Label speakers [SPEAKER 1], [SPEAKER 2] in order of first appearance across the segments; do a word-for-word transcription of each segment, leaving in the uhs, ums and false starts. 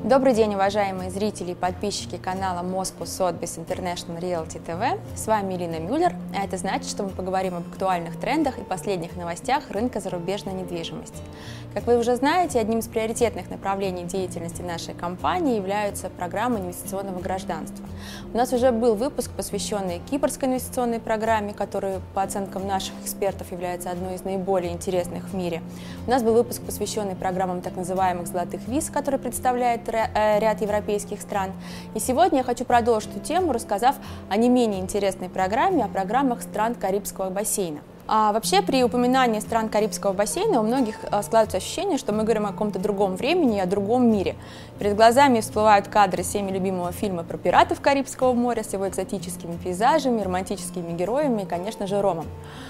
[SPEAKER 1] Добрый день, уважаемые зрители и подписчики канала Moscow Sotheby's International Realty ти ви. С вами Ирина Мюллер, а это значит, что мы поговорим об актуальных трендах и последних новостях рынка зарубежной недвижимости. Как вы уже знаете, одним из приоритетных направлений деятельности нашей компании являются программы инвестиционного гражданства. У нас уже был выпуск, посвященный Кипрской инвестиционной программе, которая, по оценкам наших экспертов, является одной из наиболее интересных в мире. У нас был выпуск, посвященный программам так называемых золотых виз, которые представляет ряд европейских стран. И сегодня я хочу продолжить эту тему, рассказав о не менее интересной программе, о программах стран Карибского бассейна. А вообще, при упоминании стран Карибского бассейна у многих складывается ощущение, что мы говорим о каком-то другом времени и о другом мире. Перед глазами всплывают кадры всеми любимого фильма про пиратов Карибского моря с его экзотическими пейзажами, романтическими героями и, конечно же, ромом.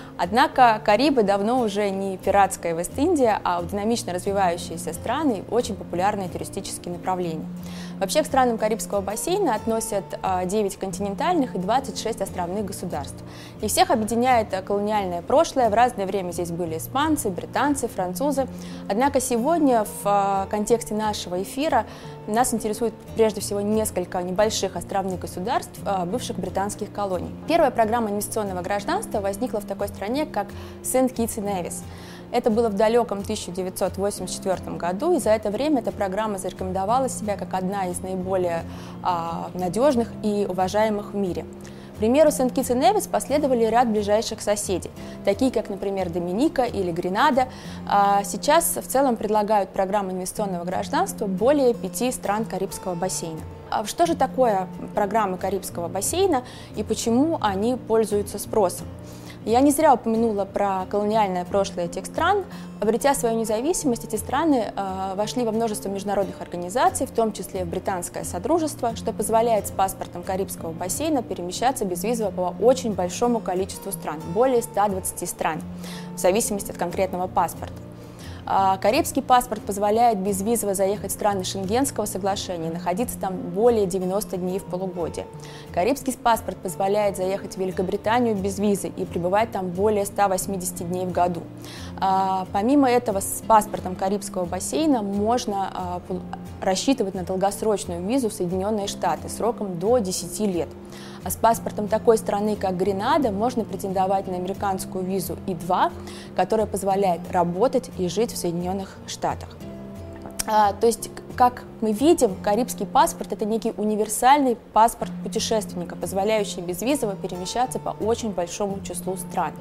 [SPEAKER 1] Однако Карибы давно уже не пиратская Вест-Индия, а динамично развивающиеся страны и очень популярные туристические направления. Вообще к странам Карибского бассейна относят девять континентальных и двадцать шесть островных государств. И всех объединяет колониальное прошлое. В разное время здесь были испанцы, британцы, французы. Однако сегодня в контексте нашего эфира нас интересует прежде всего несколько небольших островных государств, бывших британских колоний. Первая программа инвестиционного гражданства возникла в такой стране, как Сент-Китс и Невис. Это было в далеком тысяча девятьсот восемьдесят четвёртом году, и за это время эта программа зарекомендовала себя как одна из наиболее а, надежных и уважаемых в мире. К примеру Сент-Китс и Невис последовали ряд ближайших соседей, такие как, например, Доминика или Гренада. А сейчас в целом предлагают программу инвестиционного гражданства более пяти стран Карибского бассейна. А что же такое программы Карибского бассейна и почему они пользуются спросом? Я не зря упомянула про колониальное прошлое этих стран. Обретя свою независимость, эти страны э, вошли во множество международных организаций, в том числе в Британское Содружество, что позволяет с паспортом Карибского бассейна перемещаться безвизово по очень большому количеству стран, более ста двадцати стран, в зависимости от конкретного паспорта. Карибский паспорт позволяет безвизово заехать в страны Шенгенского соглашения и находиться там более девяноста дней в полугодие. Карибский паспорт позволяет заехать в Великобританию без визы и пребывать там более ста восьмидесяти дней в году. Помимо этого, с паспортом Карибского бассейна можно рассчитывать на долгосрочную визу в Соединенные Штаты сроком до десяти лет. А с паспортом такой страны, как Гренада, можно претендовать на американскую визу И два, которая позволяет работать и жить в Соединенных Штатах. А, то есть, как мы видим, карибский паспорт – это некий универсальный паспорт путешественника, позволяющий безвизово перемещаться по очень большому числу стран.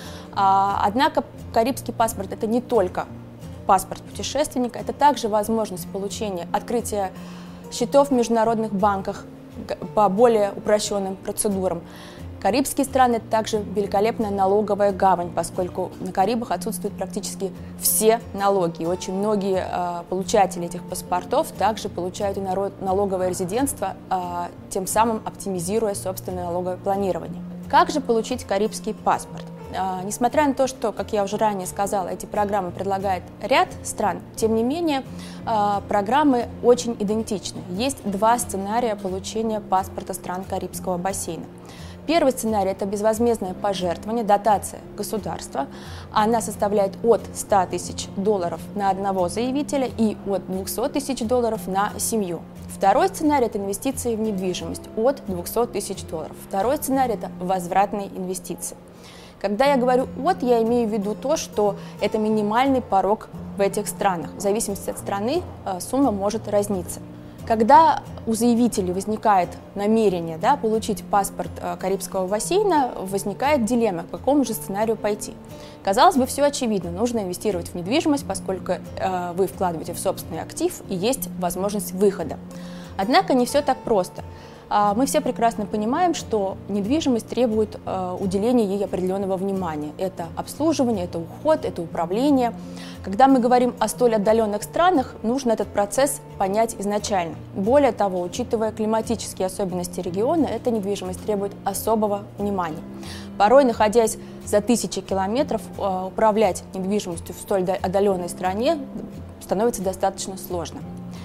[SPEAKER 1] А, однако карибский паспорт – это не только паспорт путешественника, это также возможность получения, открытия счетов в международных банках по более упрощенным процедурам. Карибские страны – это также великолепная налоговая гавань, поскольку на Карибах отсутствуют практически все налоги. И очень многие э, получатели этих паспортов также получают и народ, налоговое резидентство, э, тем самым оптимизируя собственное налоговое планирование. Как же получить карибский паспорт? Uh, несмотря на то, что, как я уже ранее сказала, эти программы предлагает ряд стран, тем не менее uh, программы очень идентичны. Есть два сценария получения паспорта стран Карибского бассейна. Первый сценарий – это безвозмездное пожертвование, дотация государства. Она составляет от ста тысяч долларов на одного заявителя и от двухсот тысяч долларов на семью. Второй сценарий – это инвестиции в недвижимость от двухсот тысяч долларов. Второй сценарий – это возвратные инвестиции. Когда я говорю «от», я имею в виду то, что это минимальный порог в этих странах. В зависимости от страны сумма может разниться. Когда у заявителей возникает намерение, да, получить паспорт Карибского бассейна, возникает дилемма, к какому же сценарию пойти. Казалось бы, все очевидно, нужно инвестировать в недвижимость, поскольку э, вы вкладываете в собственный актив и есть возможность выхода. Однако не все так просто. Мы все прекрасно понимаем, что недвижимость требует уделения ей определенного внимания. Это обслуживание, это уход, это управление. Когда мы говорим о столь отдаленных странах, нужно этот процесс понять изначально. Более того, учитывая климатические особенности региона, эта недвижимость требует особого внимания. Порой, находясь за тысячи километров, управлять недвижимостью в столь отдаленной стране становится достаточно сложно.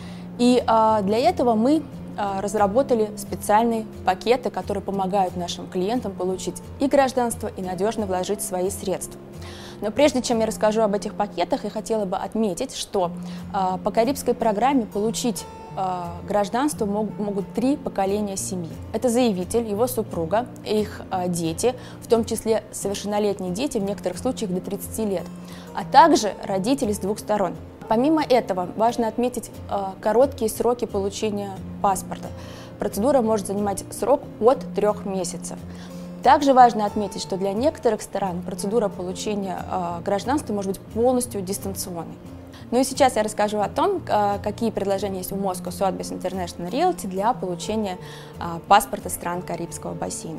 [SPEAKER 1] И для этого мы разработали специальные пакеты, которые помогают нашим клиентам получить и гражданство, и надежно вложить свои средства. Но прежде чем я расскажу об этих пакетах, я хотела бы отметить, что по Карибской программе получить гражданство могут три поколения семьи. Это заявитель, его супруга, их дети, в том числе совершеннолетние дети, в некоторых случаях до тридцати лет, а также родители с двух сторон. Помимо этого, важно отметить короткие сроки получения паспорта. Процедура может занимать срок от трех месяцев. Также важно отметить, что для некоторых стран процедура получения гражданства может быть полностью дистанционной. Ну и сейчас я расскажу о том, какие предложения есть у Moscow Sotheby's International Realty для получения паспорта стран Карибского бассейна.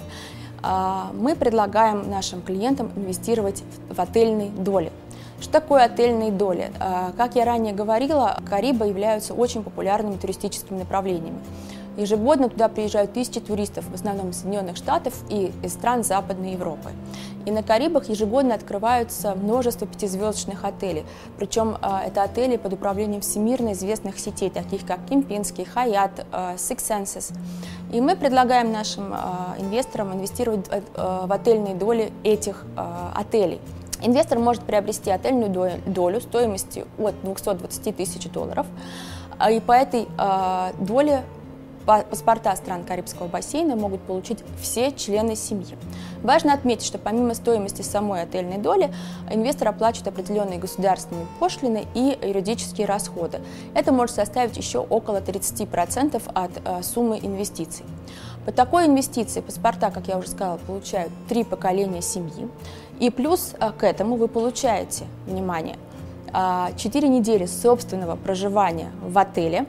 [SPEAKER 1] Мы предлагаем нашим клиентам инвестировать в отельные доли. Что такое отельные доли? Как я ранее говорила, Карибы являются очень популярными туристическими направлениями. Ежегодно туда приезжают тысячи туристов, в основном из Соединенных Штатов и из стран Западной Европы. И на Карибах ежегодно открываются множество пятизвездочных отелей. Причем это отели под управлением всемирно известных сетей, таких как Кемпински, Hyatt, Six Senses. И мы предлагаем нашим инвесторам инвестировать в отельные доли этих отелей. Инвестор может приобрести отельную долю стоимостью от двухсот двадцати тысяч долларов. И по этой доле паспорта стран Карибского бассейна могут получить все члены семьи. Важно отметить, что помимо стоимости самой отельной доли, инвестор оплачивает определенные государственные пошлины и юридические расходы. Это может составить еще около тридцати процентов от суммы инвестиций. По такой инвестиции паспорта, как я уже сказала, получают три поколения семьи. И плюс к этому вы получаете, внимание, четыре недели собственного проживания в отеле.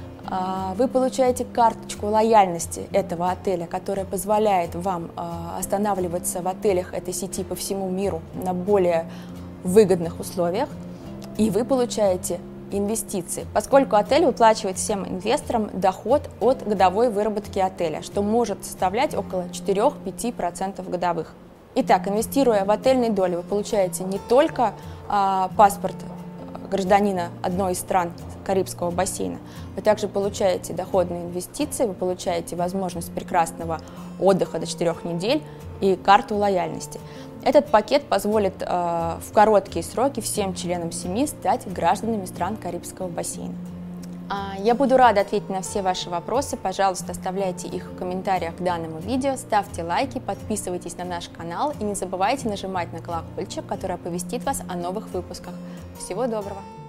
[SPEAKER 1] Вы получаете карточку лояльности этого отеля, которая позволяет вам останавливаться в отелях этой сети по всему миру на более выгодных условиях. И вы получаете инвестиции, поскольку отель выплачивает всем инвесторам доход от годовой выработки отеля, что может составлять около четырёх-пяти процентов годовых. Итак, инвестируя в отельные доли, вы получаете не только паспорт гражданина одной из стран Карибского бассейна, вы также получаете доходные инвестиции, вы получаете возможность прекрасного отдыха до четырех недель и карту лояльности. Этот пакет позволит э, в короткие сроки всем членам семьи стать гражданами стран Карибского бассейна. Я буду рада ответить на все ваши вопросы. Пожалуйста, оставляйте их в комментариях к данному видео, ставьте лайки, подписывайтесь на наш канал и не забывайте нажимать на колокольчик, который оповестит вас о новых выпусках. Всего доброго!